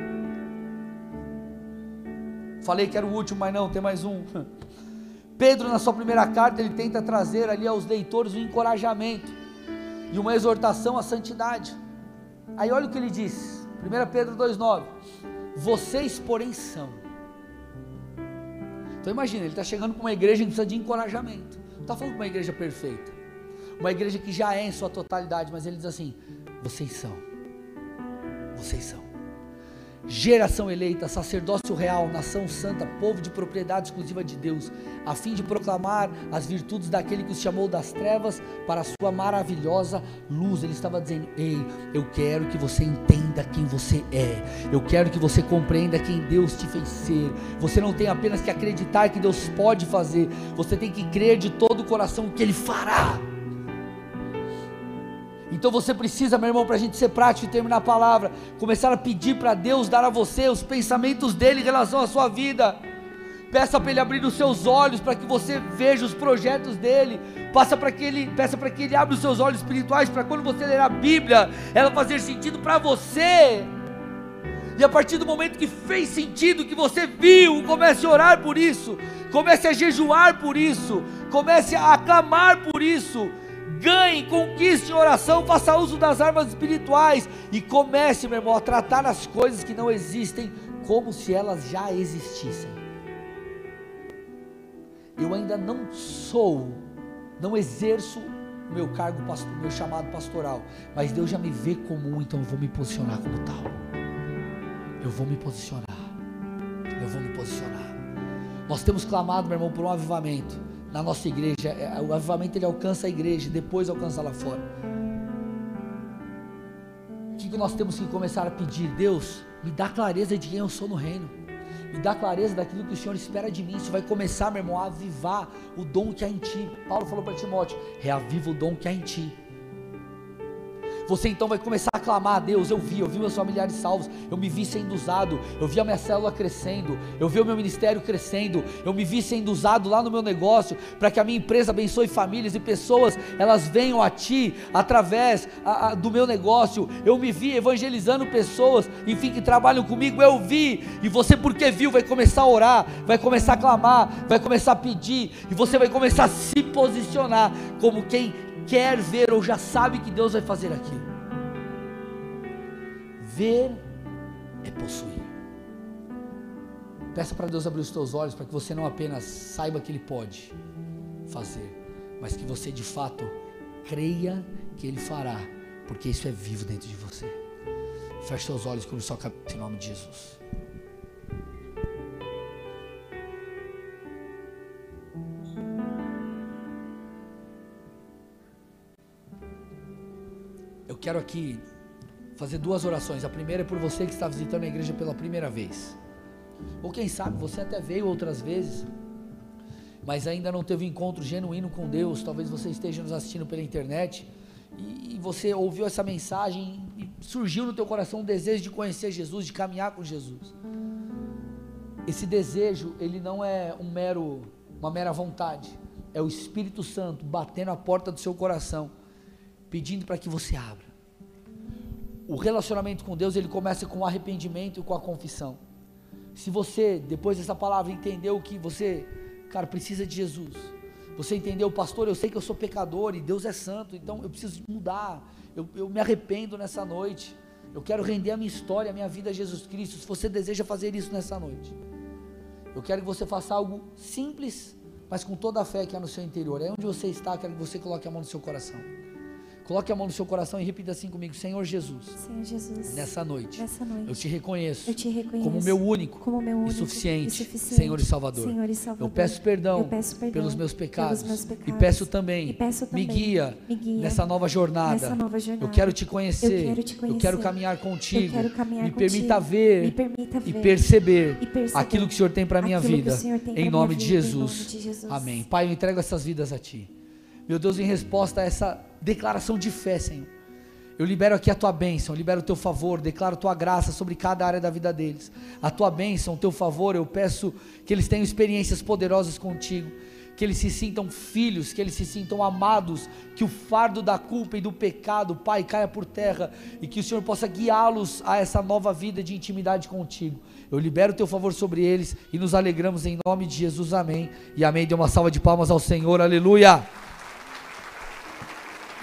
Falei que era o último, mas não, tem mais um. Pedro, na sua primeira carta, ele tenta trazer ali aos leitores um encorajamento e uma exortação à santidade. Aí olha o que ele diz, 1 Pedro 2,9, vocês porém são. Então Então imagina, ele está chegando para uma igreja que precisa de encorajamento. Não está falando para uma igreja perfeita, uma igreja que já é em sua totalidade, mas ele diz assim: vocês são geração eleita, sacerdócio real, nação santa, povo de propriedade exclusiva de Deus, a fim de proclamar as virtudes daquele que os chamou das trevas para a sua maravilhosa luz. Ele estava dizendo: ei, eu quero que você entenda quem você é, eu quero que você compreenda quem Deus te fez ser. Você não tem apenas que acreditar que Deus pode fazer, você tem que crer de todo o coração que Ele fará. Então você precisa, meu irmão, para a gente ser prático e terminar a palavra, começar a pedir para Deus dar a você os pensamentos dEle em relação à sua vida. Peça para Ele abrir os seus olhos, para que você veja os projetos dEle. Peça para que Ele abra os seus olhos espirituais, para quando você ler a Bíblia, ela fazer sentido para você. E a partir do momento que fez sentido, que você viu, comece a orar por isso, comece a jejuar por isso, comece a clamar por isso. Ganhe, conquiste em oração, faça uso das armas espirituais e comece, meu irmão, a tratar as coisas que não existem como se elas já existissem. Eu ainda não exerço o meu cargo, o meu chamado pastoral, mas Deus já me vê como um, então eu vou me posicionar como tal. Eu vou me posicionar. Nós temos clamado, meu irmão, por um avivamento na nossa igreja. O avivamento, ele alcança a igreja, depois alcança lá fora. O que nós temos que começar a pedir? Deus, me dá clareza de quem eu sou no reino, me dá clareza daquilo que o Senhor espera de mim. Isso vai começar, meu irmão, a avivar o dom que há em ti. Paulo falou para Timóteo: reaviva o dom que há em ti. Você então vai começar a clamar a Deus. Eu vi meus familiares salvos, eu me vi sendo usado, eu vi a minha célula crescendo, eu vi o meu ministério crescendo, eu me vi sendo usado lá no meu negócio, para que a minha empresa abençoe famílias e pessoas, elas venham a ti, através do meu negócio. Eu me vi evangelizando pessoas, enfim, que trabalham comigo. Eu vi, e você, porque viu, vai começar a orar, vai começar a clamar, vai começar a pedir, e você vai começar a se posicionar como quem quer ver ou já sabe que Deus vai fazer aquilo. Ver é possuir. Peça para Deus abrir os teus olhos, para que você não apenas saiba que Ele pode fazer, mas que você de fato creia que Ele fará, porque isso é vivo dentro de você. Feche seus olhos com sua cabeça em nome de Jesus. Eu quero aqui fazer duas orações. A primeira é por você que está visitando a igreja pela primeira vez, ou quem sabe você até veio outras vezes, mas ainda não teve um encontro genuíno com Deus. Talvez você esteja nos assistindo pela internet e você ouviu essa mensagem e surgiu no teu coração um desejo de conhecer Jesus, de caminhar com Jesus. Esse desejo, ele não é uma mera vontade, é o Espírito Santo batendo a porta do seu coração, pedindo para que você abra. O relacionamento com Deus, ele começa com o arrependimento e com a confissão. Se você, depois dessa palavra, entendeu que você, cara, precisa de Jesus, você entendeu: pastor, eu sei que eu sou pecador e Deus é santo, então eu preciso mudar, eu me arrependo nessa noite, eu quero render a minha história, a minha vida a Jesus Cristo. Se você deseja fazer isso nessa noite, eu quero que você faça algo simples, mas com toda a fé que há no seu interior. É onde você está, quero que você coloque a mão no seu coração. Coloque a mão no seu coração e repita assim comigo: Senhor Jesus, nessa noite, eu te reconheço como meu único e suficiente Senhor e Salvador. Eu peço perdão pelos meus pecados e peço também, me guia nessa nova jornada. Eu quero te conhecer, eu quero caminhar contigo, me permita ver e perceber aquilo que o Senhor tem para a minha vida, em nome de Jesus, amém. Pai, eu entrego essas vidas a Ti, meu Deus, em resposta a essa declaração de fé, Senhor, eu libero aqui a Tua bênção, eu libero o Teu favor, declaro a Tua graça sobre cada área da vida deles, a Tua bênção, o Teu favor. Eu peço que eles tenham experiências poderosas contigo, que eles se sintam filhos, que eles se sintam amados, que o fardo da culpa e do pecado, Pai, caia por terra, e que o Senhor possa guiá-los a essa nova vida de intimidade contigo. Eu libero o Teu favor sobre eles e nos alegramos em nome de Jesus, amém e amém. Dê uma salva de palmas ao Senhor, aleluia.